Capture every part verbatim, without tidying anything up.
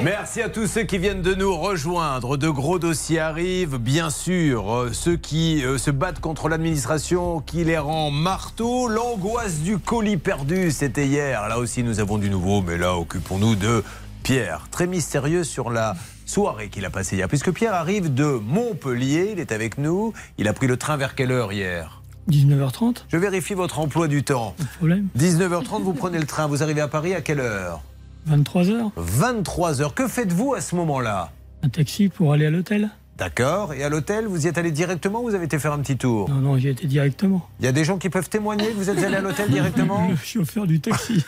Merci à tous ceux qui viennent de nous rejoindre. De gros dossiers arrivent, bien sûr. Euh, ceux qui euh, se battent contre l'administration, qui les rend marteaux. L'angoisse du colis perdu, c'était hier. Là aussi, nous avons du nouveau. Mais là, occupons-nous de Pierre. Très mystérieux sur la soirée qu'il a passée hier. Puisque Pierre arrive de Montpellier, il est avec nous. Il a pris le train vers quelle heure hier ? dix-neuf heures trente. Je vérifie votre emploi du temps. Pas de problème. dix-neuf heures trente, vous prenez le train. Vous arrivez à Paris à quelle heure ? vingt-trois heures. vingt-trois heures. Que faites-vous à ce moment-là ? Un taxi pour aller à l'hôtel. D'accord. Et à l'hôtel, vous y êtes allé directement ou vous avez été faire un petit tour ? Non, non, j'y ai été directement. Il y a des gens qui peuvent témoigner que vous êtes allé à l'hôtel directement ? Le chauffeur du taxi.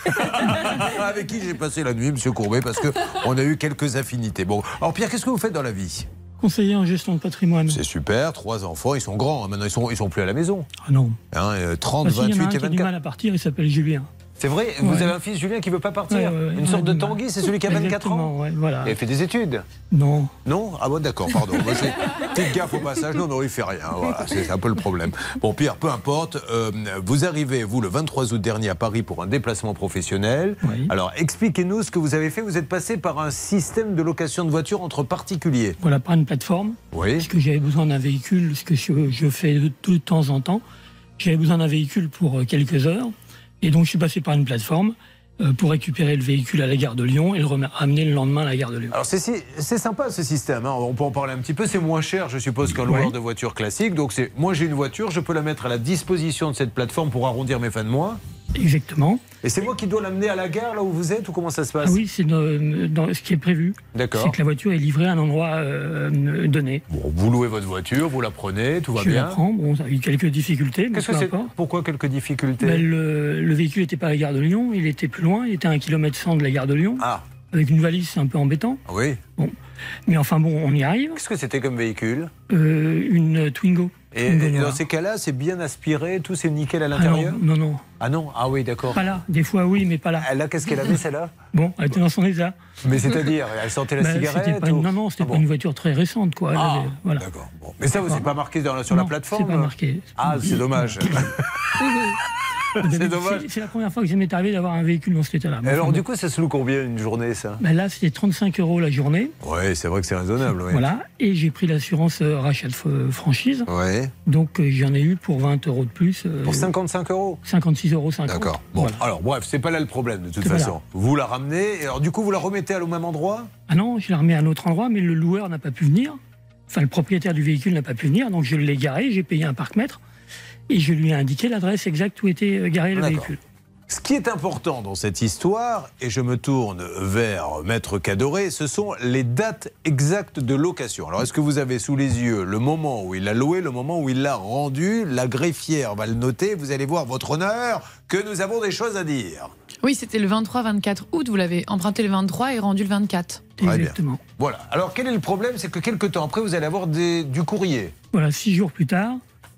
Avec qui j'ai passé la nuit, monsieur Courbet, parce qu'on a eu quelques affinités. Bon, alors Pierre, qu'est-ce que vous faites dans la vie ? Conseiller en gestion de patrimoine. C'est super, trois enfants, ils sont grands, hein. Maintenant ils sont, ils sont plus à la maison. Ah non. Hein, euh, trente, Ah, si, il y en a un vingt-huit qui et a du vingt-quatre. mal à partir, il s'appelle Julien. C'est vrai, vous Ouais. avez un fils Julien qui veut pas partir. Ouais, ouais, ouais. Une sorte de Ouais, Tanguy, c'est celui qui a vingt-quatre ans. Exactement, ouais, voilà. Il a fait des études. Non. Non ? Ah bon, d'accord, pardon. Moi, j'ai petite gaffe au passage. Non, non, il fait rien. Voilà, c'est un peu le problème. Bon, Pierre, peu importe. Euh, vous arrivez, vous, le vingt-trois août dernier à Paris pour un déplacement professionnel. Oui. Alors, expliquez-nous ce que vous avez fait. Vous êtes passé par un système de location de voitures entre particuliers. Voilà, par une plateforme. Oui. Parce que j'avais besoin d'un véhicule, ce que je, je fais de, de temps en temps. J'avais besoin d'un véhicule pour quelques heures. Et donc, je suis passé par une plateforme euh, pour récupérer le véhicule à la gare de Lyon et le ramener le lendemain à la gare de Lyon. Alors, c'est si, c'est sympa ce système. Hein. On peut en parler un petit peu. C'est moins cher, je suppose, qu'un loueur Oui. de voiture classique. Donc, c'est moi, j'ai une voiture, je peux la mettre à la disposition de cette plateforme pour arrondir mes fins de mois. Exactement. Et c'est moi qui dois l'amener à la gare, là où vous êtes, ou comment ça se passe ? Ah oui, c'est dans, dans ce qui est prévu. D'accord. C'est que la voiture est livrée à un endroit euh, donné. Bon, vous louez votre voiture, vous la prenez, tout va Je bien. la prends. Bon, ça a eu quelques difficultés, mais Qu'est-ce que peu c'est ? importe. Pourquoi quelques difficultés ? Ben, le, le véhicule n'était pas à la gare de Lyon, il était plus loin, il était à un kilomètre cent de la gare de Lyon. Ah, Avec une valise, c'est un peu embêtant. oui. Mais enfin bon, on y arrive. Qu'est-ce que c'était comme véhicule ? Euh, une Twingo. Et, Twingo et dans noire. ces cas-là, c'est bien aspiré, tout c'est nickel à Ah l'intérieur ? non, non, non. Ah non ? Ah oui, d'accord. Pas là. Des fois, oui, mais pas là. Là, qu'est-ce qu'elle avait, celle-là ? Bon, elle était dans son état. Mais c'est-à-dire, elle sentait la Ben, cigarette c'était pas une- ou- Non, non, c'était Ah pas bon. une voiture très récente, quoi. Elle Ah, avait- voilà. d'accord. Bon. Mais ça, c'est pas marqué dans la- sur la Non, plateforme c'est pas marqué. Ah, c'est dommage. C'est dommage. C'est la première fois que ça m'est arrivé d'avoir un véhicule dans cet état-là. Et alors, du coup, ça se loue combien une journée, ça ? Ben là, c'était trente-cinq euros la journée. Oui, c'est vrai que c'est raisonnable. Oui. Voilà. Et j'ai pris l'assurance euh, rachat de f- franchise. Ouais. Donc, euh, j'en ai eu pour vingt euros de plus. euh, Pour cinquante-cinq euros ? cinquante-six euros cinquante. D'accord. Bon, Voilà. alors bref, c'est pas là le problème de toute C'est pas façon. là. Vous la ramenez, et alors du coup, vous la remettez au même endroit ? Ah non, je l'ai remis à un autre endroit, mais le loueur n'a pas pu venir. Enfin, le propriétaire du véhicule n'a pas pu venir, donc je l'ai garé, j'ai payé un parc-mètre et je lui ai indiqué l'adresse exacte où était euh, garé le D'accord. véhicule. Ce qui est important dans cette histoire, et je me tourne vers Maître Cadoré, ce sont les dates exactes de location. Alors, est-ce que vous avez sous les yeux le moment où il l'a loué, le moment où il l'a rendu ? La greffière va le noter. Vous allez voir, votre honneur, que nous avons des choses à dire. Oui, c'était le vingt-trois vingt-quatre août. Vous l'avez emprunté le vingt-trois et rendu le vingt-quatre. Très bien. Exactement. Voilà. Alors, quel est le problème ? C'est que quelques temps après, vous allez avoir des- du courrier. Voilà, six jours plus tard,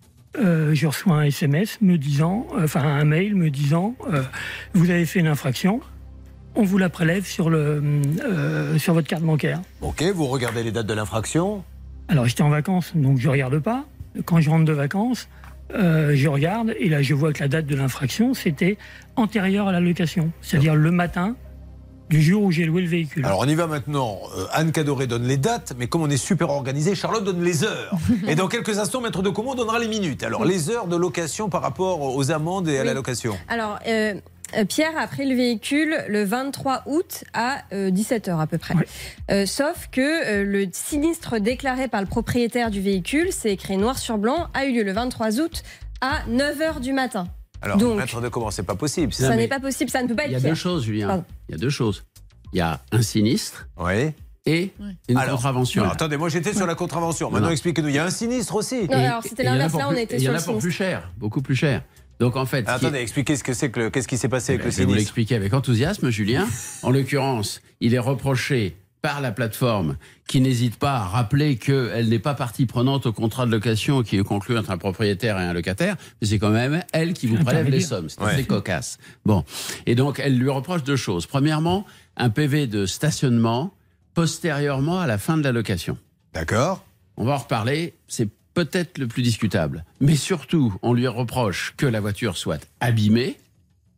euh, je reçois un S M S me disant, euh, enfin un mail me disant, euh, vous avez fait une infraction, on vous la prélève sur, le, euh, sur votre carte bancaire. Ok, vous regardez les dates de l'infraction. Alors j'étais en vacances, donc je regarde pas. Quand je rentre de vacances, euh, je regarde et là je vois que la date de l'infraction, c'était antérieure à la location, c'est-à-dire le matin du jour où j'ai loué le véhicule. Alors on y va maintenant. Euh, Anne Cadoré donne les dates, mais comme on est super organisé, Charlotte donne les heures. Et dans quelques instants, Maître de Comont donnera les minutes. Alors les heures de location par rapport aux amendes et à Oui. la location. Alors, euh, euh, Pierre a pris le véhicule le vingt-trois août à euh, dix-sept heures à peu près. Oui. Euh, sauf que euh, le sinistre déclaré par le propriétaire du véhicule, c'est écrit noir sur blanc, a eu lieu le vingt-trois août à neuf heures du matin. Alors, Donc- Maître de Comont, c'est pas possible. Ça Non, n'est mais pas possible, ça ne peut pas Il être y a Pierre. deux choses, Julien. Pardon. Il y a deux choses. Il y a un sinistre Oui. et Ouais. une Alors, contravention. Alors, attendez, moi j'étais sur la contravention. Maintenant, Non. expliquez-nous. Il y a un sinistre aussi. Non, Et- alors, c'était et il y en a l'inverse, pour là, on plus- était et Il y sur en a le pour plus sinistre. cher, beaucoup plus cher. Donc en fait, Ah, ce qui est- attendez, expliquez ce que c'est que le- qu'est-ce qui s'est passé avec Ben, le je vais vous sinistre. l'expliquer avec enthousiasme, Julien. En l'occurrence, il est reproché par la plateforme qui n'hésite pas à rappeler qu'elle n'est pas partie prenante au contrat de location qui est conclu entre un propriétaire et un locataire, mais c'est quand même elle qui vous prélève les Intermédiaire. sommes. C'est Ouais. assez cocasse. Bon. Et donc, elle lui reproche deux choses. Premièrement, un P V de stationnement postérieurement à la fin de la location. D'accord. On va en reparler, c'est peut-être le plus discutable. Mais surtout, on lui reproche que la voiture soit abîmée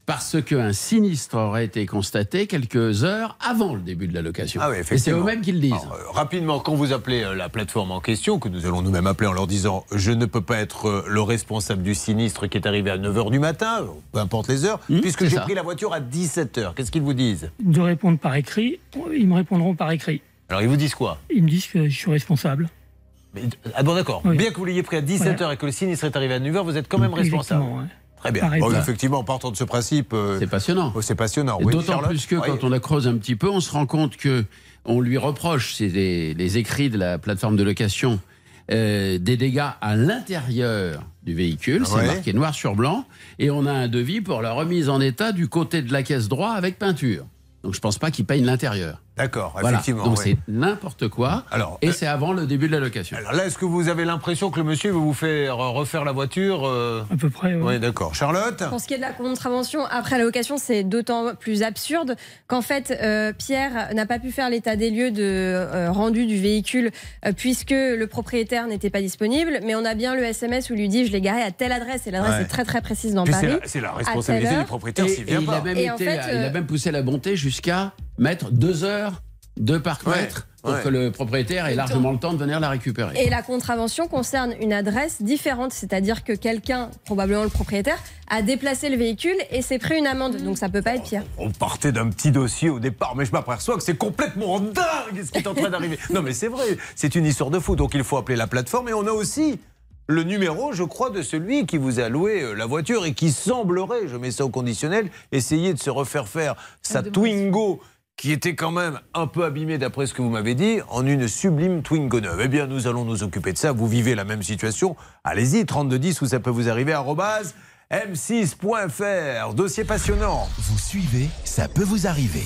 parce qu'un sinistre aurait été constaté quelques heures avant le début de la location. Ah oui, et c'est eux-mêmes qui le disent. Alors, euh, rapidement, quand vous appelez euh, la plateforme en question, que nous allons nous-mêmes appeler en leur disant « Je ne peux pas être euh, le responsable du sinistre qui est arrivé à neuf heures du matin, peu importe les heures, mmh, puisque j'ai ça. pris la voiture à dix-sept heures », qu'est-ce qu'ils vous disent? De répondre par écrit, ils me répondront par écrit. Alors ils vous disent quoi? Ils me disent que je suis responsable. Mais, ah bon, d'accord. Oui. Bien que vous l'ayez pris à dix-sept heures ouais. et que le sinistre est arrivé à neuf heures, vous êtes quand même responsable. Ouais. Très bien. Bon, effectivement, en partant de ce principe... Euh, c'est passionnant. Oh, c'est passionnant. Oui, d'autant Charlotte, plus que oui. quand on la creuse un petit peu, on se rend compte que on lui reproche, c'est les, les écrits de la plateforme de location, euh, des dégâts à l'intérieur du véhicule, c'est ouais. marqué noir sur blanc, et on a un devis pour la remise en état du côté de la caisse droit avec peinture. Donc je ne pense pas qu'il paye l'intérieur. D'accord, voilà. effectivement. Donc ouais. c'est n'importe quoi. Alors, et euh, c'est avant le début de la location. Alors là, est-ce que vous avez l'impression que le monsieur veut vous faire refaire la voiture euh... À peu près, oui. Oui, d'accord. Charlotte? Pour ce qui est de la contravention après la location, c'est d'autant plus absurde qu'en fait, euh, Pierre n'a pas pu faire l'état des lieux de euh, rendu du véhicule euh, puisque le propriétaire n'était pas disponible. Mais on a bien le S M S où il lui dit je l'ai garé à telle adresse et l'adresse ouais. est très très précise dans Puis Paris. C'est la, la responsabilité du propriétaire s'il vient et pas. Il a, même et été, en fait, il a même poussé la bonté jusqu'à mettre deux heures de parc-mètre ouais, pour ouais. que le propriétaire ait largement le temps de venir la récupérer. Et la contravention concerne une adresse différente, c'est-à-dire que quelqu'un, probablement le propriétaire, a déplacé le véhicule et s'est pris une amende. Donc ça peut pas être pire. On partait d'un petit dossier au départ, mais je m'aperçois que c'est complètement dingue ce qui est en train d'arriver. Non mais c'est vrai, c'est une histoire de fou. Donc il faut appeler la plateforme et on a aussi le numéro, je crois, de celui qui vous a loué la voiture et qui semblerait, je mets ça au conditionnel, essayer de se refaire faire sa Twingo, qui était quand même un peu abîmée, d'après ce que vous m'avez dit, en une sublime Twingo neuve. Eh bien, nous allons nous occuper de ça. Vous vivez la même situation. Allez-y, trente-deux dix, où ça peut vous arriver, arobase m six point f r. Dossier passionnant. Vous suivez, ça peut vous arriver.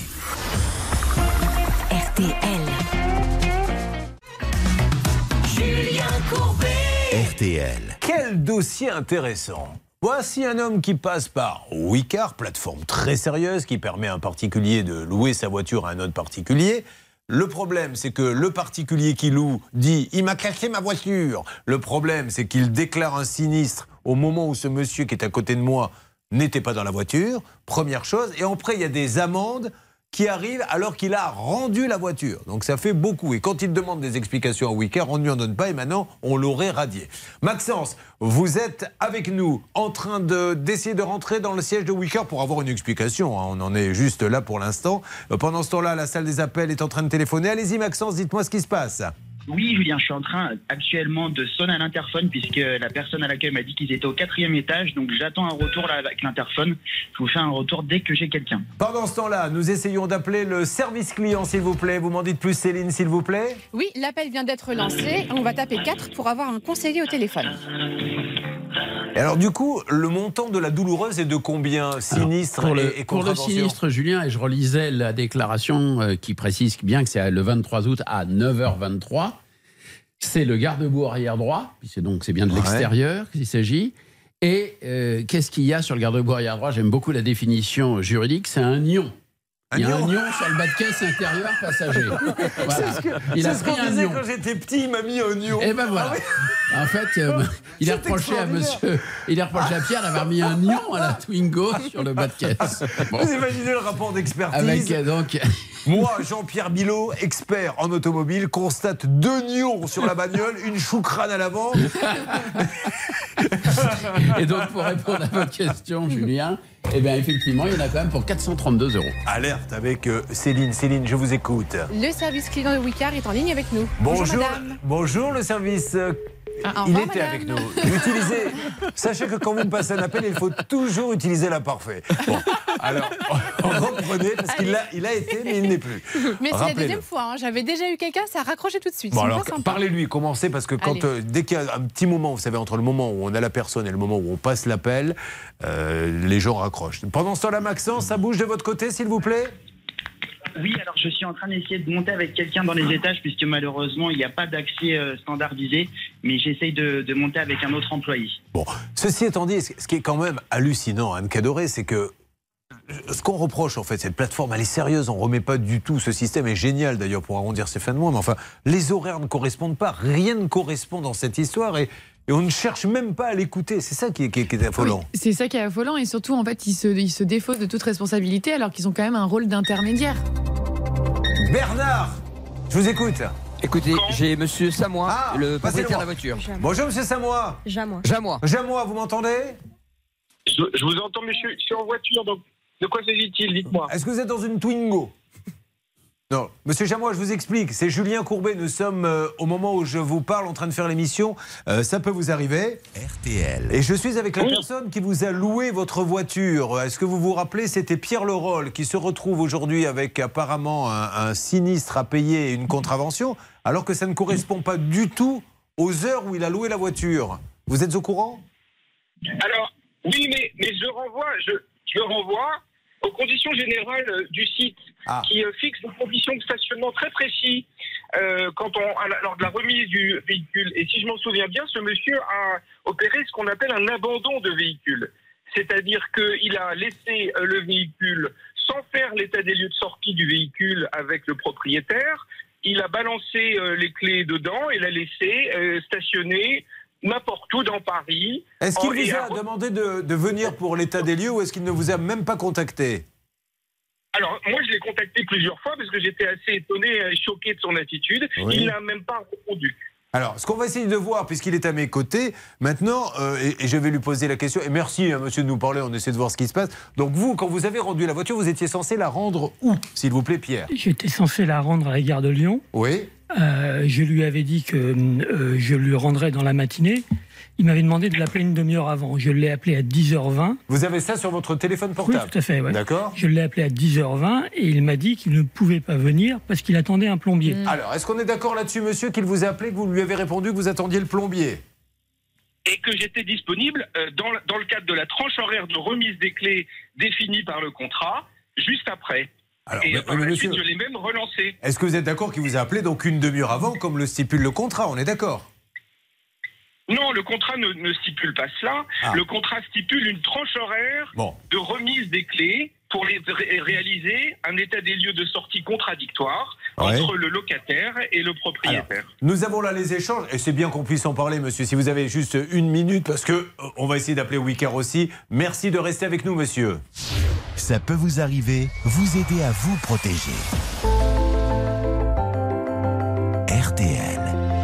R T L. Julien Courbet. R T L. Quel dossier intéressant. Voici un homme qui passe par Wicar, plateforme très sérieuse qui permet à un particulier de louer sa voiture à un autre particulier. Le problème, c'est que le particulier qui loue dit « il m'a cassé ma voiture ». Le problème, c'est qu'il déclare un sinistre au moment où ce monsieur qui est à côté de moi n'était pas dans la voiture, première chose. Et après, il y a des amendes qui arrivent alors qu'il a rendu la voiture. Donc ça fait beaucoup. Et quand il demande des explications à Wicar, on ne lui en donne pas et maintenant, on l'aurait radié. Maxence, vous êtes avec nous en train de, d'essayer de rentrer dans le siège de Wicar pour avoir une explication. Hein. On en est juste là pour l'instant. Pendant ce temps-là, la salle des appels est en train de téléphoner. Allez-y Maxence, dites-moi ce qui se passe. Oui, Julien, je suis en train actuellement de sonner à l'interphone puisque la personne à l'accueil m'a dit qu'ils étaient au quatrième étage. Donc j'attends un retour là avec l'interphone. Je vous fais un retour dès que j'ai quelqu'un. Pendant ce temps-là, nous essayons d'appeler le service client, s'il vous plaît. Vous m'en dites plus, Céline, s'il vous plaît. Oui, l'appel vient d'être lancé. On va taper quatre pour avoir un conseiller au téléphone. Et alors du coup, le montant de la douloureuse est de combien? Sinistre alors, pour et, le, et Pour le sinistre, Julien, et je relisais la déclaration euh, qui précise bien que c'est le vingt-trois août à neuf heures vingt-trois. C'est le garde-boue arrière droit, puis c'est donc c'est bien de ouais. l'extérieur qu'il s'agit. Et euh, qu'est-ce qu'il y a sur le garde-boue arrière droit? J'aime beaucoup la définition juridique, c'est un nion. Il y a un nion sur le bas de caisse intérieur passager. Voilà. C'est ce que, il c'est a ce pris qu'on un disait nion. quand j'étais petit, il m'a mis un nion. Et ben voilà. Ah oui. En fait, euh, il a reproché à monsieur, il a reproché à Pierre d'avoir mis un nion à la Twingo sur le bas de caisse. Bon. Vous imaginez le rapport d'expertise? Avec, euh, donc... Moi, Jean-Pierre Bilot, expert en automobile, constate deux nions sur la bagnole, une choucrane à l'avant. Et donc, pour répondre à votre question, Julien, eh bien, effectivement, il y en a quand même pour quatre cent trente-deux euros. Alerte avec euh, Céline. Céline, je vous écoute. Le service client de Wicar est en ligne avec nous. Bonjour, bonjour madame. Bonjour, le service... Euh, Ah, il revoir, était madame. avec nous. Utilisez. Sachez que quand vous me passez un appel, il faut toujours utiliser l'imparfait. Bon, alors, reprenez, parce qu'il a, il a été, mais il n'est plus. Mais c'est la Rappelez-le. deuxième fois. Hein. J'avais déjà eu quelqu'un, ça a raccroché tout de suite. Bon, C'est alors, bien sympa. parlez-lui, commencez, parce que quand, euh, dès qu'il y a un petit moment, vous savez, entre le moment où on a la personne et le moment où on passe l'appel, euh, les gens raccrochent. Pendant ce temps-là, Maxence, ça bouge de votre côté, s'il vous plaît? Oui, alors je suis en train d'essayer de monter avec quelqu'un dans les étages puisque malheureusement il n'y a pas d'accès euh, standardisé, mais j'essaye de, de monter avec un autre employé. Bon, ceci étant dit, ce qui est quand même hallucinant, Anne Cadoré, c'est que ce qu'on reproche en fait, cette plateforme, elle est sérieuse, on ne remet pas du tout, ce système est génial d'ailleurs pour arrondir ses fins de mois, mais enfin, les horaires ne correspondent pas, rien ne correspond dans cette histoire et et on ne cherche même pas à l'écouter. C'est ça qui est, qui est, qui est affolant. Oui, c'est ça qui est affolant et surtout en fait ils se, ils se défaussent de toute responsabilité alors qu'ils ont quand même un rôle d'intermédiaire. Bernard, je vous écoute. Écoutez, j'ai monsieur Samois, Ah, le passez-le propriétaire de la moi. voiture. Jamois. Bonjour monsieur Samois. Jamois. Jamois. Jamois, vous m'entendez? Je, je vous entends, monsieur. Je suis en voiture, donc de quoi s'agit-il? Dites-moi. Est-ce que vous êtes dans une Twingo? Non. Monsieur Jamois, je vous explique. C'est Julien Courbet. Nous sommes euh, au moment où je vous parle en train de faire l'émission. Euh, ça peut vous arriver. R T L. Et je suis avec la Oui. personne qui vous a loué votre voiture. Est-ce que vous vous rappelez? C'était Pierre Leroll qui se retrouve aujourd'hui avec apparemment un, un sinistre à payer et une contravention, alors que ça ne correspond pas du tout aux heures où il a loué la voiture. Vous êtes au courant? Alors, oui, mais, mais je renvoie, je, je renvoie aux conditions générales euh, du site Ah. qui euh, fixe des conditions de stationnement très précis euh, quand on, à la- lors de la remise du véhicule. Et si je m'en souviens bien, ce monsieur a opéré ce qu'on appelle un abandon de véhicule. C'est-à-dire qu'il a laissé euh, le véhicule sans faire l'état des lieux de sortie du véhicule avec le propriétaire. Il a balancé euh, les clés dedans et l'a laissé euh, stationner n'importe où dans Paris. Est-ce qu'il Oh, et vous à- a demandé de, de venir pour l'état des lieux ou est-ce qu'il ne vous a même pas contacté? Alors, moi, je l'ai contacté plusieurs fois parce que j'étais assez étonné et choqué de son attitude. Oui. Il n'a même pas répondu. Alors, ce qu'on va essayer de voir, puisqu'il est à mes côtés, maintenant, euh, et, et je vais lui poser la question, et merci, hein, monsieur, de nous parler, on essaie de voir ce qui se passe. Donc vous, quand vous avez rendu la voiture, vous étiez censé la rendre où, s'il vous plaît, Pierre? J'étais censé la rendre à la gare de Lyon. Oui. Euh, je lui avais dit que euh, je lui rendrais dans la matinée. Il m'avait demandé de l'appeler une demi-heure avant. Je l'ai appelé à dix heures vingt. Vous avez ça sur votre téléphone Oui, portable? tout à fait. Ouais. D'accord. Je l'ai appelé à dix heures vingt et il m'a dit qu'il ne pouvait pas venir parce qu'il attendait un plombier. Alors, est-ce qu'on est d'accord là-dessus, monsieur, qu'il vous a appelé, que vous lui avez répondu que vous attendiez le plombier? Et que j'étais disponible euh, dans, dans le cadre de la tranche horaire de remise des clés définie par le contrat, juste après. Alors, et mais- euh, par mais la monsieur, suite, je l'ai même relancé. est-ce que vous êtes d'accord qu'il vous a appelé donc une demi-heure avant, comme le stipule le contrat? On est d'accord? Non, le contrat ne, ne stipule pas cela. Ah. Le contrat stipule une tranche horaire Bon. de remise des clés pour les ré- réaliser un état des lieux de sortie contradictoire Ouais. entre le locataire et le propriétaire. Nous avons là les échanges, et c'est bien qu'on puisse en parler, monsieur, si vous avez juste une minute, parce que euh, on va essayer d'appeler Wicker aussi. Merci de rester avec nous, monsieur. Ça peut vous arriver, vous aider à vous protéger. R T L.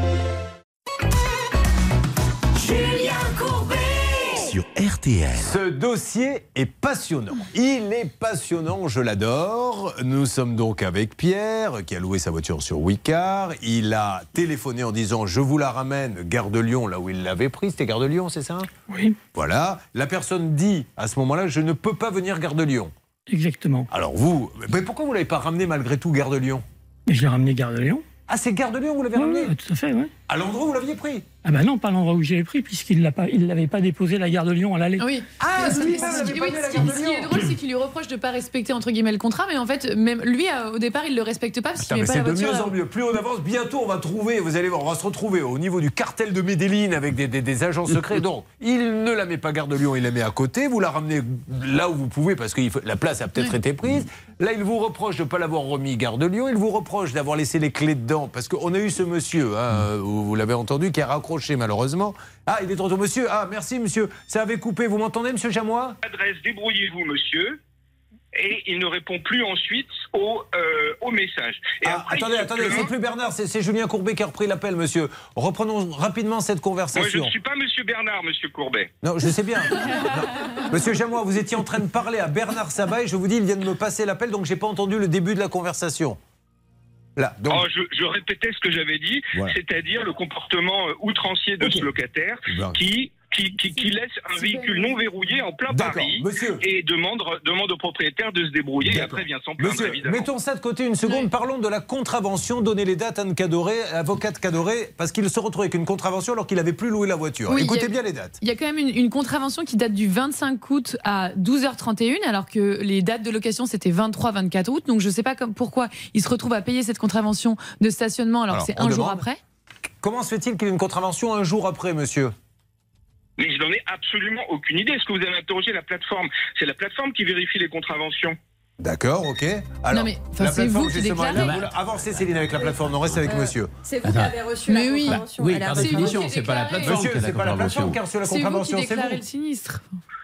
Julien Courbet. Sur R T L. Ce dossier est passionnant. Il est passionnant, je l'adore. Nous sommes donc avec Pierre, qui a loué sa voiture sur Wicar. Il a téléphoné en disant « Je vous la ramène, gare de Lyon », là où il l'avait prise. C'était gare de Lyon, c'est ça? Oui, Voilà. La personne dit à ce moment-là « Je ne peux pas venir gare de Lyon exactement. ». Alors vous, mais pourquoi vous ne l'avez pas ramené malgré tout gare de Lyon? Et je l'ai ramené gare de Lyon. Ah, c'est gare de Lyon, vous l'avez Oui, ramené oui, tout à fait, oui. À l'endroit où vous l'aviez pris? Ah ben non, pas l'endroit où j'ai pris, puisqu'il ne l'avait pas déposé à la gare de Lyon à l'aller. Oui. Ah, Ce qui- lui-même ce avait qui- pas oui, mis la ce gare qui- de ce qui Lyon. est drôle, c'est qu'il lui reproche de ne pas respecter entre guillemets le contrat, mais en fait, même lui, euh, au départ, il le respecte pas parce Attends, qu'il mais met pas c'est la de voiture mieux là. en mieux. Plus on avance, bientôt on va trouver, vous allez voir, on va se retrouver au niveau du cartel de Medellín avec des, des- des agents secrets. Donc, il ne la met pas gare de Lyon, il la met à côté. Vous la ramenez là où vous pouvez parce que il faut- la place a peut-être Oui. été prise. Là, il vous reproche de ne pas l'avoir remis gare de Lyon. Il vous reproche d'avoir laissé les clés dedans parce qu'on a eu ce monsieur, hein, vous, vous l'avez entendu, qui a raccroché malheureusement. Ah, il est de retour, monsieur. Ah, merci, monsieur. Ça avait coupé. Vous m'entendez, monsieur Jamois? Adresse, débrouillez-vous, monsieur. Et il ne répond plus ensuite au, euh, au message. Et Ah, après, attendez, il se attendez, plaint. c'est plus Bernard, c'est c'est Julien Courbet qui a repris l'appel, monsieur. Reprenons rapidement cette Moi, je conversation. ne suis pas monsieur Bernard, monsieur Courbet. Non, je sais bien. Non. Monsieur Jamois, vous étiez en train de parler à Bernard Sabat et je vous dis, il vient de me passer l'appel, donc j'ai pas entendu le début de la conversation. Là, donc. Oh, je, je répétais ce que j'avais dit, Voilà. c'est-à-dire le comportement euh, outrancier de Ok. ce locataire Ben. qui, qui, qui, qui laisse un véhicule non verrouillé en plein D'accord, Paris monsieur. et demande, demande au propriétaire de se débrouiller et D'accord. après vient s'en plaindre, Monsieur, évidemment. mettons ça de côté une seconde. Oui. Parlons de la contravention. Donnez les dates à Anne Cadoré, avocate Cadoré, parce qu'il se retrouve avec une contravention alors qu'il n'avait plus loué la voiture. Oui, Écoutez il y a- bien les dates. Il y a quand même une, une contravention qui date du vingt-cinq août à douze heures trente et une, alors que les dates de location c'était vingt-trois vingt-quatre août. Donc je ne sais pas comme, pourquoi il se retrouve à payer cette contravention de stationnement alors, Alors, que c'est on un jour demande. après. Comment se fait-il qu'il ait une contravention un jour après, monsieur? Mais je n'en ai absolument aucune idée. Est-ce que vous avez interrogé la plateforme? C'est la plateforme qui vérifie les contraventions. D'accord, ok. Alors, non mais enfin, la c'est plateforme, vous qui justement, déclarez. là, vous- Avancez Céline avec la plateforme, on reste avec Euh, monsieur. C'est vous Attends. qui avez reçu Mais la oui. contravention. Oui, Elle a par reçu- définition, vous qui c'est pas la déclarez. plateforme Monsieur, qui a la c'est pas la plateforme, contravention. car sur la C'est vous qui contravention, c'est déclarez vous. le sinistre.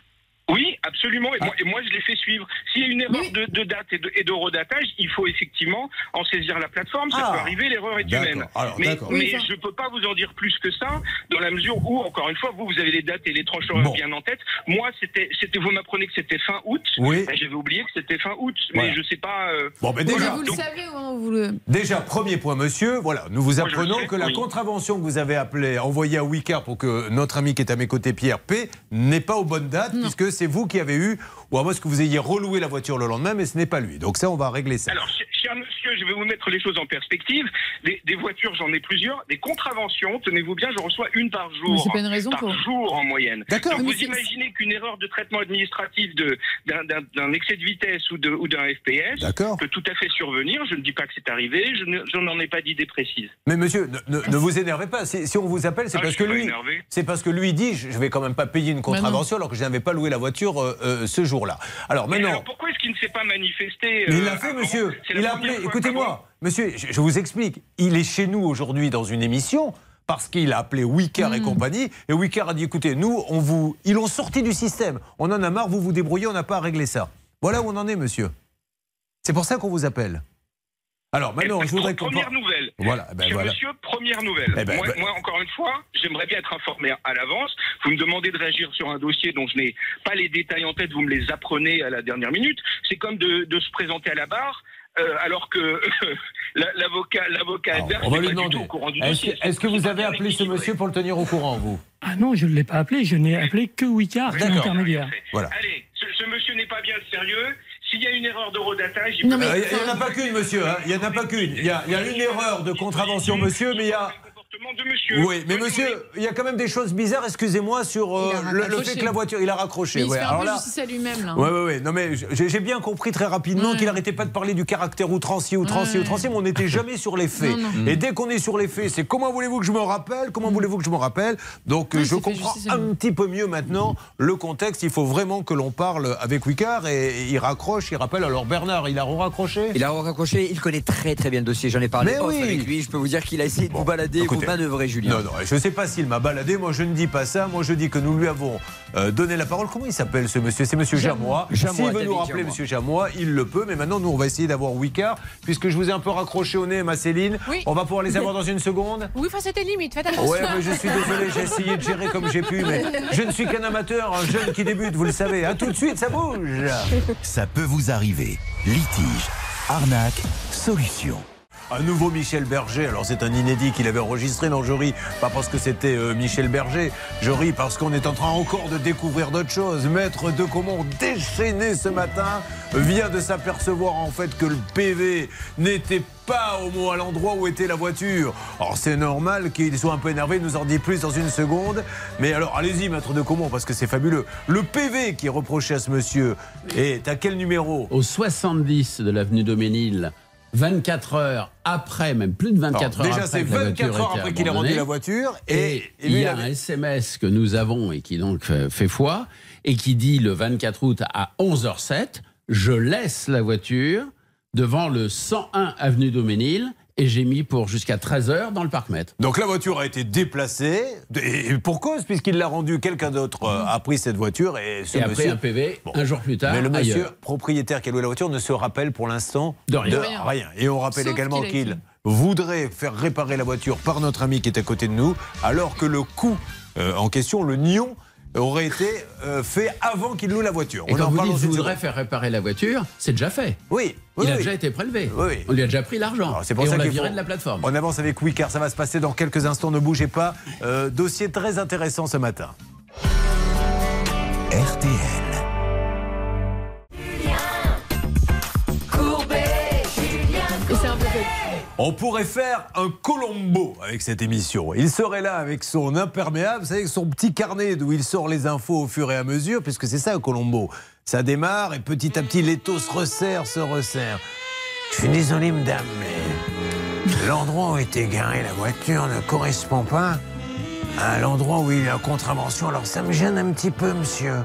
Oui, absolument. Et, moi, et moi, je l'ai fait suivre. S'il y a une erreur Oui. de, de date et de, et de redatage, il faut effectivement en saisir la plateforme. Ça Ah. peut arriver, l'erreur est D'accord. humaine. Alors, Mais, d'accord. mais Oui, ça. je ne peux pas vous en dire plus que ça, dans la mesure où, encore une fois, vous, vous avez les dates et les tranches horaires Bon. bien en tête. Moi, c'était, c'était, vous m'apprenez que c'était fin août. Oui. Ben, j'avais oublié que c'était fin août. Mais Voilà. je sais pas. euh, Bon, ben Mais déjà, vous le donc- savez au moment où vous le. déjà, premier point, monsieur, voilà, nous vous Moi, je apprenons le sais, que la oui. contravention que vous avez appelée, envoyée à Wicard pour que notre ami qui est à mes côtés, Pierre P, n'est pas aux bonnes dates, Non. puisque c'est vous qui avez eu, ou à moins que vous ayez reloué la voiture le lendemain, mais ce n'est pas lui. Donc ça, on va régler ça. Alors, cher, cher monsieur, je vais vous mettre les choses en perspective. Des, des voitures, j'en ai plusieurs. Des contraventions, tenez-vous bien, j'en reçois une par Mais jour. c'est pas une raison par pour. jour en moyenne. D'accord. Donc Mais vous c'est- imaginez qu'une erreur de traitement administratif de- d'un d'un- d'un excès de vitesse ou de- ou d'un F P S D'accord. peut tout à fait survenir. Je ne dis pas que c'est arrivé, je ne- je n'en ai pas d'idée précise. Mais monsieur, ne, ne- ne vous énervez pas. Si, si on vous appelle, c'est Ah, parce je que suis pas lui, énervé. c'est parce que lui dit, je je vais quand même pas payer une contravention alors que je n'avais pas loué la voiture euh, euh, ce jour-là. Alors Mais maintenant, alors, pourquoi est-ce qu'il ne s'est pas manifesté mais euh, il l'a fait, avant monsieur. C'est la Il a première appelé. fois Écoutez-moi, monsieur, je, je vous explique. Il est chez nous aujourd'hui dans une émission. Parce qu'il a appelé Wicard et Mm. compagnie, et Wicard a dit écoutez, nous, on vous, ils l'ont sorti du système. On en a marre, vous vous débrouillez, on n'a pas à régler ça. Voilà où on en est, monsieur. C'est pour ça qu'on vous appelle. Alors maintenant, Et je voudrais qu'on Première parle- nouvelle. Voilà, ben Cher voilà. monsieur, première nouvelle. Eh ben, moi, ben- moi, encore une fois, j'aimerais bien être informé à l'avance. Vous me demandez de réagir sur un dossier dont je n'ai pas les détails en tête, vous me les apprenez à la dernière minute. C'est comme de, de se présenter à la barre. Euh, alors que la- l'avocat, l'avocat Alors, adverse on va n'est lui pas du tout demander. au courant du Est-ce dossier. que, est-ce que vous C'est avez bien appelé ce équilibré. monsieur pour le tenir au courant, vous? Ah non, je ne l'ai pas appelé, je n'ai appelé que Wicard, D'accord. l'intermédiaire. Voilà. Allez, ce, ce monsieur n'est pas bien sérieux. S'il y a une erreur de redatage, il Non, peut- mais- Euh, Il n'y en a pas qu'une, monsieur. hein. Il n'y en a pas qu'une. Il y, a il y a une erreur de contravention, monsieur, mais il y a. comportement de monsieur. Oui, mais monsieur, il y a quand même des choses bizarres, excusez-moi, sur euh, Il a le, le raccroché. fait que la voiture. Il a raccroché. Mais il ouais. se fait un Alors peu là. justice à lui-même là. Ouais, ouais, ouais. Non, mais j'ai j'ai bien compris très rapidement Ouais. qu'il n'arrêtait pas de parler du caractère outrancier, outrancier, Ouais. outrancier, mais on n'était jamais sur les faits. Non, non. Et dès qu'on est sur les faits, c'est comment voulez-vous que je me rappelle Comment voulez-vous que je me rappelle Donc, Ouais, euh, il je s'est fait comprends justice à lui. un petit peu mieux maintenant le contexte. Il faut vraiment que l'on parle avec Wicard et, et il raccroche, il rappelle. Alors, Bernard, il a raccroché Il a raccroché, il connaît très très bien le dossier. J'en ai parlé Mais off oui. avec lui. Je peux vous dire qu'il a essayé de Bon, vous balader, écoutez. vous manœuvrer, Julien. Non, non, je ne sais pas s'il m'a baladé. Moi, je ne dis pas ça. Moi, je dis que nous lui avons euh, donné la parole. Comment il s'appelle ce monsieur? C'est monsieur Jamois. Jamois, S'il veut David nous rappeler Jamois. monsieur Jamois, il le peut. Mais maintenant, nous, on va essayer d'avoir Wicard. Puisque je vous ai un peu raccroché au nez, ma Céline. Oui. On va pouvoir les avoir dans une seconde. Oui, enfin, c'était limite, faites attention. Ouais, mais je suis désolé, j'ai essayé de gérer comme j'ai pu. Mais je ne suis qu'un amateur, un jeune qui débute, vous le savez. À tout de suite, ça bouge. Ça peut vous arriver. Litige, arnaque, solution. Un nouveau Michel Berger. Alors c'est un inédit qu'il avait enregistré. Non, je ris pas parce que c'était euh, Michel Berger. Je ris parce qu'on est en train encore de découvrir d'autres choses. Maître de Comont, déchaîné ce matin, vient de s'apercevoir en fait que le P V n'était pas au mot à l'endroit où était la voiture. Alors c'est normal qu'il soit un peu énervé. Il nous en dit plus dans une seconde. Mais alors allez-y, Maître de Comont, parce que c'est fabuleux. Le P V qui est reproché à ce monsieur est à quel numéro? Au soixante-dix de l'avenue Doménil, vingt-quatre heures après, même plus de vingt-quatre Alors, heures déjà, après c'est que la vingt-quatre voiture heures ait été après qu'il ait rendu abandonnée. la voiture. Et, Et, et il lui, y il a avait- un S M S que nous avons et qui donc fait fait foi et qui dit le vingt-quatre août à onze heures sept, je laisse la voiture devant le cent un avenue Doménil et j'ai mis pour jusqu'à treize heures dans le parc-mètre. Donc la voiture a été déplacée, et pour cause, puisqu'il l'a rendue, quelqu'un d'autre euh, a pris cette voiture et ce Et après monsieur... un P V, Bon. un jour plus tard, Mais le monsieur ailleurs. propriétaire qui a loué la voiture ne se rappelle pour l'instant De rien. Rien. Et on rappelle Sauf également qu'il a qu'il été. voudrait faire réparer la voiture par notre ami qui est à côté de nous, alors que le coût euh, en question, le nion, aurait été euh, fait avant qu'il loue la voiture. Et On quand en vous parle dites dans je une voudrais seconde. faire réparer la voiture, c'est déjà fait. Oui, oui, Il a oui. déjà été prélevé. Oui, oui. On lui a déjà pris l'argent. Alors, c'est pour et ça on l'a qu'il viré faut- de la plateforme. On avance avec Wicard, ça va se passer dans quelques instants, ne bougez pas. Euh, dossier très intéressant ce matin. R T L. Et c'est un peu fait. On pourrait faire un Colombo avec cette émission. Il serait là avec son imperméable, vous savez, avec son petit carnet d'où il sort les infos au fur et à mesure, puisque c'est ça un Colombo. Ça démarre et petit à petit l'étau se resserre, se resserre. Je suis désolé, madame, mais l'endroit où était garée la voiture ne correspond pas à l'endroit où il y a la contravention. Alors ça me gêne un petit peu, monsieur.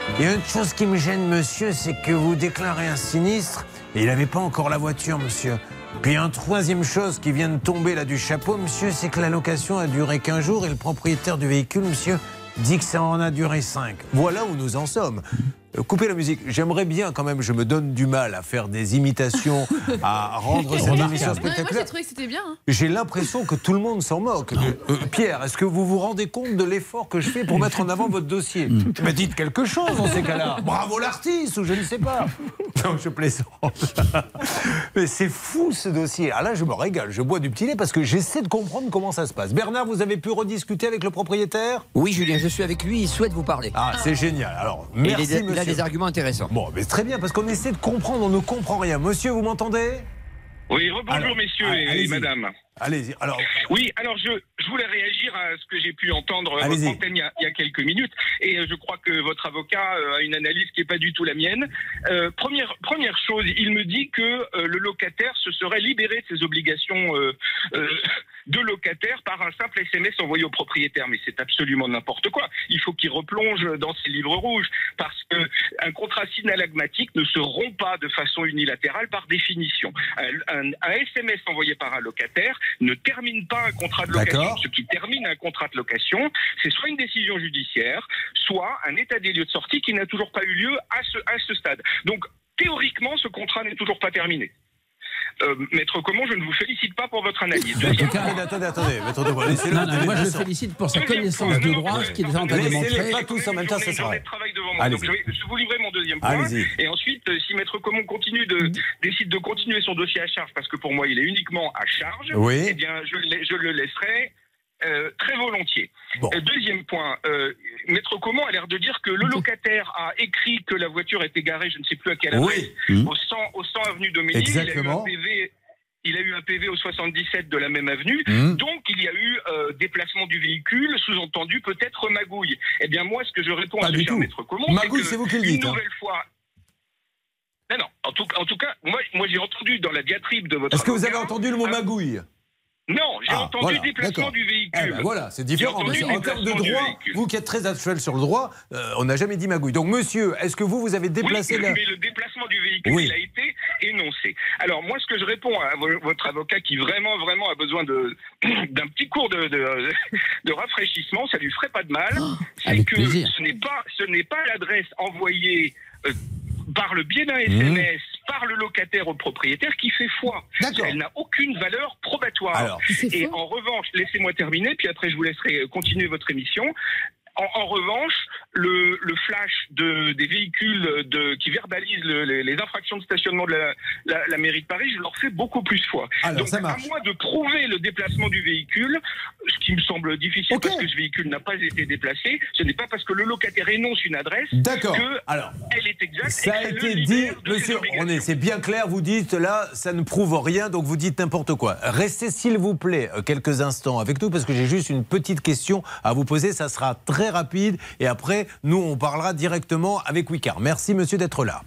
Il y a une chose qui me gêne, monsieur, c'est que vous déclarez un sinistre et il n'avait pas encore la voiture, monsieur. Puis une troisième chose qui vient de tomber là du chapeau, monsieur, c'est que la location a duré qu'un jour et le propriétaire du véhicule, monsieur, dit que ça en a duré cinq. Voilà où nous en sommes. Euh, coupez la musique. J'aimerais bien quand même, je me donne du mal à faire des imitations, à rendre cette émission Non, mais moi, spectaculaire. j'ai trouvé que c'était bien. Hein. J'ai l'impression que tout le monde s'en moque. Euh, Pierre, est-ce que vous vous rendez compte de l'effort que je fais pour mettre en avant votre dossier? Mais dites quelque chose dans ces cas-là. Bravo l'artiste, ou je ne sais pas. Non, je plaisante. Mais c'est fou ce dossier. Ah là, je me régale. Je bois du petit lait parce que j'essaie de comprendre comment ça se passe. Bernard, vous avez pu rediscuter avec le propriétaire? Oui, Julien, je suis avec lui. Il souhaite vous parler. Ah, c'est génial. Alors, merci, Et il, est, monsieur. il a des arguments intéressants. Bon, mais très bien, parce qu'on essaie de comprendre, on ne comprend rien. Monsieur, vous m'entendez? Oui, rebonjour Alors, messieurs ah, et allez-y. madame. Allez-y. Alors, Oui, alors je, je voulais réagir à ce que j'ai pu entendre à votre Allez-y. antenne il y, a, il y a quelques minutes. Et euh, je crois que votre avocat euh, a une analyse qui n'est pas du tout la mienne. Euh, première, première chose, il me dit que euh, le locataire se serait libéré de ses obligations euh, euh, de locataire par un simple S M S envoyé au propriétaire. Mais c'est absolument n'importe quoi. Il faut qu'il replonge dans ses livres rouges parce qu'un contrat synalagmatique ne se rompt pas de façon unilatérale par définition. Un, un, un S M S envoyé par un locataire ne termine pas un contrat de location. D'accord. Ce qui termine un contrat de location, c'est soit une décision judiciaire, soit un état des lieux de sortie qui n'a toujours pas eu lieu à ce, à ce stade. Donc, théoriquement, ce contrat n'est toujours pas terminé. Euh, Maître Comont, je ne vous félicite pas pour votre analyse. en tout cas, mais attendez, attendez, Maître Comont, laissez-le. Non, non, moi je le félicite pour sa Deuxième connaissance point. du Non, non, droit, non, ce qu'il est non, en train de laissez-les démontrer. pas tous en même temps, ça J'en ai- sera. j'en ai de travail devant moi. Donc, Allez-y. je, vais, je vous livrer mon deuxième point. Allez-y. Et ensuite, euh, si Maître Comont continue de, décide de continuer son dossier à charge, parce que pour moi, il est uniquement à charge, Oui. eh bien, je, le- je le laisserai euh, très volontiers. Bon. Euh, deuxième point, euh, Maître Comont a l'air de dire que le locataire a écrit que la voiture était garée, je ne sais plus à quelle adresse, Oui. au cent, au cent avenue Dominique. Exactement. Il a eu un P V. Il a eu un P V au soixante-dix-sept de la même avenue, Mmh. donc il y a eu euh, déplacement du véhicule, sous-entendu peut-être magouille. Eh bien moi, ce que je réponds Pas à ce du cher tout. Maître Comont, Magouille, c'est c'est que vous qui le une dites, hein. nouvelle fois... Non, non, en tout, en tout cas, moi, moi j'ai entendu dans la diatribe de votre Est-ce que vous avez avocat, entendu le mot un- magouille? Non, j'ai Ah, entendu voilà, déplacement d'accord. du véhicule. Eh ben voilà, c'est différent. J'ai entendu monsieur. En termes de déplacement du droit, véhicule. vous qui êtes très actuel sur le droit, euh, on n'a jamais dit magouille. Donc, monsieur, est-ce que vous, vous avez déplacé oui, la... mais le déplacement du véhicule, Oui. il a été énoncé. Alors moi, ce que je réponds à vo- votre avocat qui vraiment, vraiment a besoin de d'un petit cours de, de, de rafraîchissement, ça lui ferait pas de mal, c'est avec que plaisir. ce n'est pas ce n'est pas l'adresse envoyée euh, par le biais d'un S M S, par le locataire au propriétaire qui fait foi. D'accord. Elle n'a aucune valeur probatoire. Alors, C'est Et faux. en revanche, laissez-moi terminer, puis après je vous laisserai continuer votre émission. En, en revanche, le, le flash de, des véhicules de, qui verbalisent le- les, les infractions de stationnement de la, la, la mairie de Paris, je leur fais beaucoup plus foi. Alors, Donc, ça marche. à moi de prouver le déplacement du véhicule, ce qui me semble difficile Ok. parce que ce véhicule n'a pas été déplacé, ce n'est pas parce que le locataire énonce une adresse D'accord. que Alors, elle est exacte. ça a et que ça été le dit, libère de ses monsieur, obligations. on est, c'est bien clair, vous dites là, ça ne prouve rien, donc vous dites n'importe quoi. Restez s'il vous plaît euh, quelques instants avec nous parce que j'ai juste une petite question à vous poser, ça sera très rapide et après, nous, on parlera directement avec Wicard. Merci monsieur d'être là.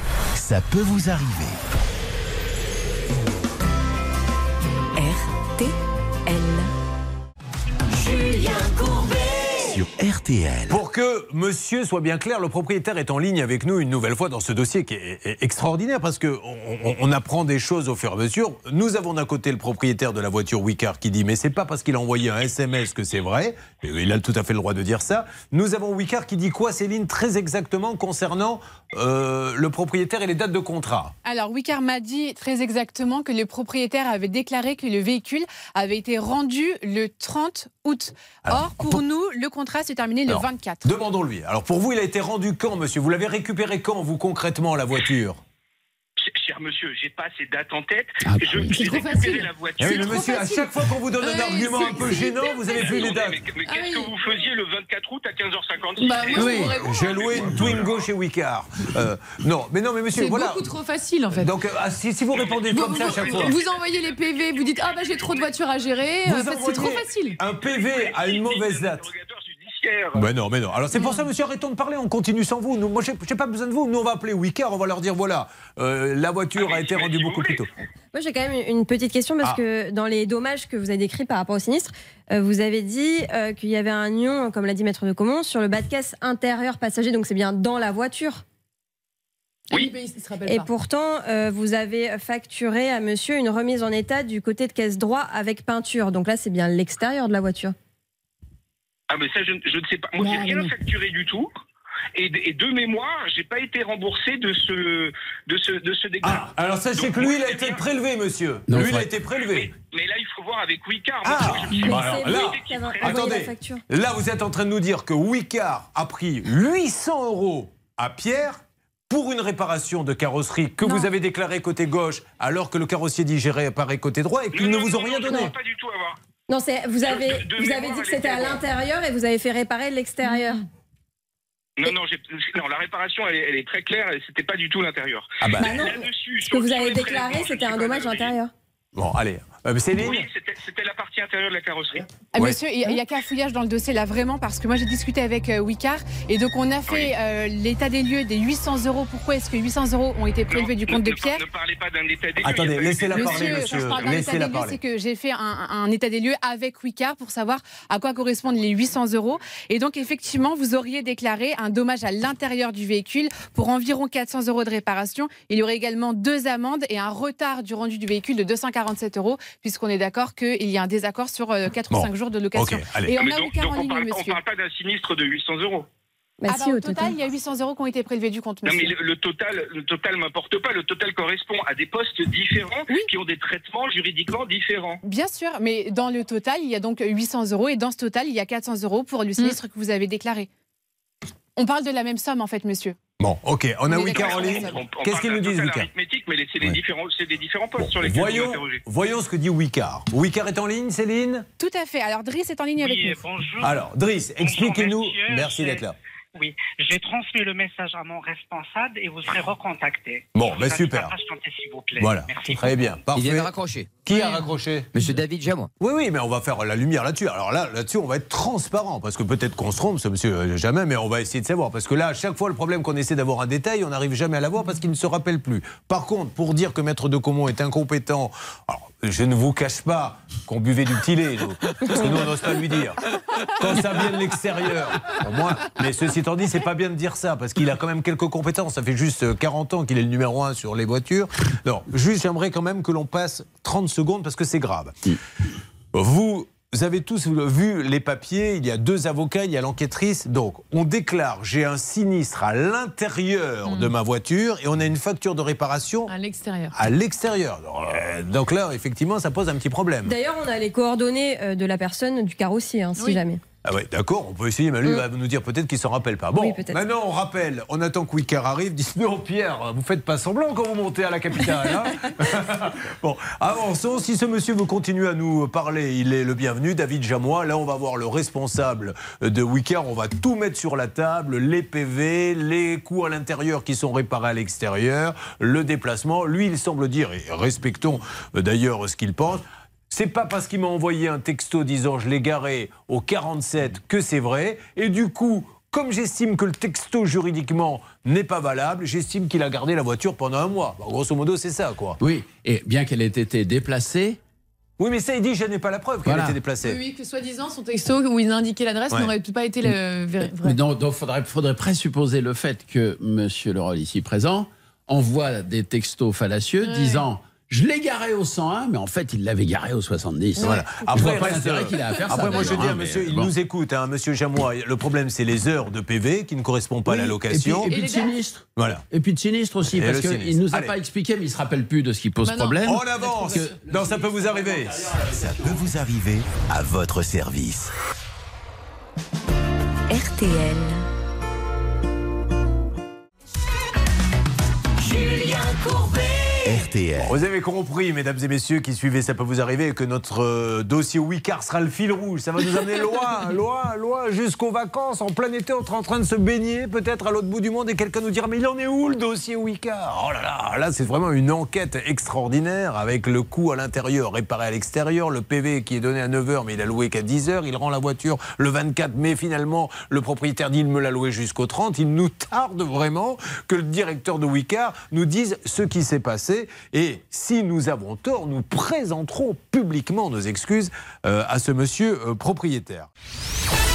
Ça peut vous arriver. R T L. Julien Courbet. Sur R T L. Pour que monsieur soit bien clair, le propriétaire est en ligne avec nous une nouvelle fois dans ce dossier qui est, est extraordinaire parce qu'on on, on apprend des choses au fur et à mesure. Nous avons d'un côté le propriétaire de la voiture Wicard qui dit mais c'est pas parce qu'il a envoyé un S M S que c'est vrai. Et il a tout à fait le droit de dire ça. Nous avons Wicard qui dit quoi, Céline, très exactement concernant euh, le propriétaire et les dates de contrat. Alors, Wicard m'a dit très exactement que le propriétaire avait déclaré que le véhicule avait été rendu le trente août. Alors, Or, pour pour- nous, le contrat s'est terminé le Alors, vingt-quatre. Demandons-lui. Alors pour vous, il a été rendu quand, monsieur? Vous l'avez récupéré quand, vous, concrètement, la voiture? Ch- Cher monsieur, j'ai pas ces dates en tête. Ah, je oui. j'ai C'est trop récupéré facile. la voiture. Eh oui, C'est mais trop monsieur, facile. à chaque fois qu'on vous donne un Ouais, argument c'est- un peu c'est gênant, hyper vous avez plus les Attendez, dates. Mais, mais Ah qu'est-ce oui. que vous faisiez le vingt-quatre août à quinze heures cinquante-six? Bah, moi, Oui. je vous réponds. J'ai loué une Twingo chez Wicard. Euh, non, mais non, mais monsieur, C'est voilà. beaucoup trop facile en fait. Donc, euh, ah, si, si vous répondez Vous, comme ça à chaque fois. vous envoyez les P V, vous dites ah bah j'ai trop de voitures à gérer. Vous En fait, c'est trop envoyez facile. Un P V à une mauvaise date. Interrogatoire judiciaire. Wicker. Ben non, mais non. Alors c'est pour ça, monsieur, arrêtons de parler, on continue sans vous. Nous, moi, j'ai j'ai pas besoin de vous. Nous, on va appeler Wicker, on va leur dire voilà, euh, la voiture Ah, a mais été si- rendue si beaucoup vous plus tôt. voulez. Moi, j'ai quand même une petite question parce Ah. que dans les dommages que vous avez décrits par rapport au sinistre, euh, vous avez dit euh, qu'il y avait un ion, comme l'a dit Maître de Comont, sur le bas de caisse intérieur passager, donc c'est bien dans la voiture. Oui. Il se rappelle Et pas. pourtant, euh, vous avez facturé à monsieur une remise en état du côté de caisse droit avec peinture. Donc là, c'est bien l'extérieur de la voiture. Ah, mais ça, je, je ne sais pas. Moi, Non, j'ai rien non. facturé du tout. Et de, et de mémoire, j'ai pas été remboursé de ce, de ce, de ce dégât. Ah, alors sachez Donc, que lui, il a c'est été bien. prélevé, monsieur. Non, lui, il a Fred. été prélevé. Mais, mais là, il faut voir avec Wicar. Ah, Moi, je me suis Mais bah rendu alors, c'est là- vous compte qui avez qu'il envoyé Attendez. la facture. Là, vous êtes en train de nous dire que Wicar a pris huit cents euros à Pierre pour une réparation de carrosserie que Non. vous avez déclarée côté gauche, alors que le carrossier dit j'ai réparé côté droit et qu'ils ne Non, vous non, ont non, rien non, je donné. ne pas du tout avoir. Non, c'est vous avez, De- de vous avez mémoire, dit que elle c'était à était- l'intérieur et vous avez fait réparer l'extérieur. Non, non, j'ai- non, la réparation, elle, est- elle est très claire et c'était pas du tout l'intérieur. Ah bah, Bah non, Là-dessus, ce sur- que vous sur avez les déclaré, prélèvements, je c'était suis un pas dommage d'origine. intérieur. bon, allez. Euh, Céline Oui, c'était c'était la partie intérieure de la carrosserie. Ah, Ouais. Monsieur, il n'y a, qu'un fouillage dans le dossier là vraiment parce que moi j'ai discuté avec euh, Wicar et donc on a fait Oui. euh, l'état des lieux des huit cents euros. Pourquoi est-ce que huit cents euros ont été prélevés Non, du ne- compte de ne, Pierre? Ne parlez pas d'un état des lieux. Attendez, il y a pas eu laissez-la d'état des parler, lieux. monsieur. Quand je parle d'un état Laissez-la des lieux, parler. c'est que j'ai fait un, un état des lieux avec Wicar pour savoir à quoi correspondent les huit cents euros. Et donc, effectivement, vous auriez déclaré un dommage à l'intérieur du véhicule pour environ quatre cents euros de réparation. Il y aurait également deux amendes et un retard du rendu du véhicule de deux cent quarante-sept euros, puisqu'on est d'accord qu'il y a un désaccord sur quatre Bon. ou cinq jours de location. Ok, allez. Et on Mais a donc, Wicar donc en on ligne, parle, on monsieur. parle pas d'un sinistre de huit cents euros. Bah Ah si, bah, au au total, il y a huit cents euros qui ont été prélevés du compte, Non, monsieur. mais le, le total, le total m'importe pas. Le total correspond à des postes différents Oui. qui ont des traitements juridiquement différents. Bien sûr, mais dans le total, il y a donc huit cents euros et dans ce total, il y a quatre cents euros pour le sinistre que vous avez déclaré. On parle de la même somme, en fait, monsieur. Bon, ok, on a On est Wicar en d'accord. ligne. On- on Qu'est-ce parle qu'ils nous d'un disent, total Wicar? arithmétique, mais les- c'est des Ouais. différents, c'est des différents postes Bon, sur lesquels vous voyons, interrogez. voyons ce que dit Wicar. Wicar est en ligne, Céline? Tout à fait. Alors, Driss est en ligne avec Oui, nous. bonjour. Alors, Driss, Bonjour, expliquez-nous. messieurs. Merci J'ai- d'être là. Oui, j'ai transmis le message à mon responsable et vous serez recontacté. Bon, Je ben vous super. invite à patienter, s'il vous plaît. Voilà, Merci. très bien, Il parfait. vient de raccrocher. Qui a raccroché? Monsieur David Jamois. Oui, oui, mais on va faire la lumière là-dessus. Alors là, là-dessus, on va être transparent, parce que peut-être qu'on se trompe, ce monsieur, euh, jamais, mais on va essayer de savoir. Parce que là, à chaque fois, le problème qu'on essaie d'avoir un détail, on n'arrive jamais à l'avoir parce qu'il ne se rappelle plus. Par contre, pour dire que Maître de Comont est incompétent, alors, je ne vous cache pas qu'on buvait du petit lait, nous, parce que nous, on n'ose pas lui dire. Quand ça vient de l'extérieur, pour moi, mais ceci étant dit, c'est pas bien de dire ça, parce qu'il a quand même quelques compétences. Ça fait juste quarante ans qu'il est le numéro un sur les voitures. Non, juste, j'aimerais quand même que l'on passe trente secondes, parce que c'est grave. Vous avez tous vu les papiers, il y a deux avocats, il y a l'enquêtrice. Donc, on déclare, j'ai un sinistre à l'intérieur Mmh. de ma voiture et on a une facture de réparation À l'extérieur. à l'extérieur. Donc, euh, Donc là, effectivement, ça pose un petit problème. D'ailleurs, on a les coordonnées euh, de la personne du carrossier, hein, si Oui. jamais. Ah ouais, d'accord, on peut essayer, mais lui Mm. va nous dire peut-être qu'il s'en rappelle pas. Bon, Oui, peut-être. maintenant on rappelle, on attend que Wicar arrive. Dis non, Pierre, vous faites pas semblant quand vous montez à la capitale. Hein bon, avançons. Si ce monsieur veut continuer à nous parler, il est le bienvenu. David Jamois, là on va voir le responsable de Wicar. On va tout mettre sur la table, les P V, les coûts à l'intérieur qui sont réparés à l'extérieur, le déplacement. Lui, il semble dire, et respectons euh, d'ailleurs ce qu'il pense, c'est pas parce qu'il m'a envoyé un texto disant je l'ai garé au quarante-sept que c'est vrai. Et du coup, comme j'estime que le texto juridiquement n'est pas valable, j'estime qu'il a gardé la voiture pendant un mois. Bon, grosso modo, c'est ça, quoi. Oui, et bien qu'elle ait été déplacée. Oui, mais ça, il dit je n'ai pas la preuve qu'elle Voilà. a été déplacée. Oui, oui, que soi-disant, son texto où il indiquait l'adresse Ouais. n'aurait pas été le vrai. Mais donc, il faudrait, faudrait présupposer le fait que M. Leroy, ici présent, envoie des textos fallacieux Ouais. disant je l'ai garé au cent un, mais en fait, il l'avait garé au soixante-dix. Voilà. Je Après, vois pas reste- l'intérêt qu'il a à faire ça, Après, moi, je d'ailleurs, dis à hein, monsieur, mais il bon. nous écoute, hein, monsieur Jamois. Le problème, c'est les heures de P V qui ne correspondent pas à la Oui, location. Et puis, et puis Et de les dates sinistre. Voilà. Et puis de sinistre aussi, Et parce le qu'il sinistre. ne nous a Allez. pas expliqué, mais il ne se rappelle plus de ce qui pose Bah non. problème. On avance. Non, ça peut vous arriver. Ça peut vous arriver à votre service. R T L. Julien Courbet. R T L. Vous avez compris, mesdames et messieurs qui suivez Ça peut vous arriver, que notre euh, dossier Wicard sera le fil rouge. Ça va nous amener loin, loin, loin, jusqu'aux vacances. En plein été, on sera en train de se baigner, peut-être à l'autre bout du monde, et quelqu'un nous dira, mais il en est où le dossier Wicard? Oh là là, là c'est vraiment une enquête extraordinaire, avec le coût à l'intérieur réparé à l'extérieur, le P V qui est donné à neuf heures, mais il a loué qu'à dix heures, il rend la voiture le vingt-quatre, mais finalement, le propriétaire dit, il me l'a loué jusqu'au trente. Il nous tarde vraiment que le directeur de Wicard nous dise ce qui s'est passé, et si nous avons tort, nous présenterons publiquement nos excuses euh, à ce monsieur euh, propriétaire.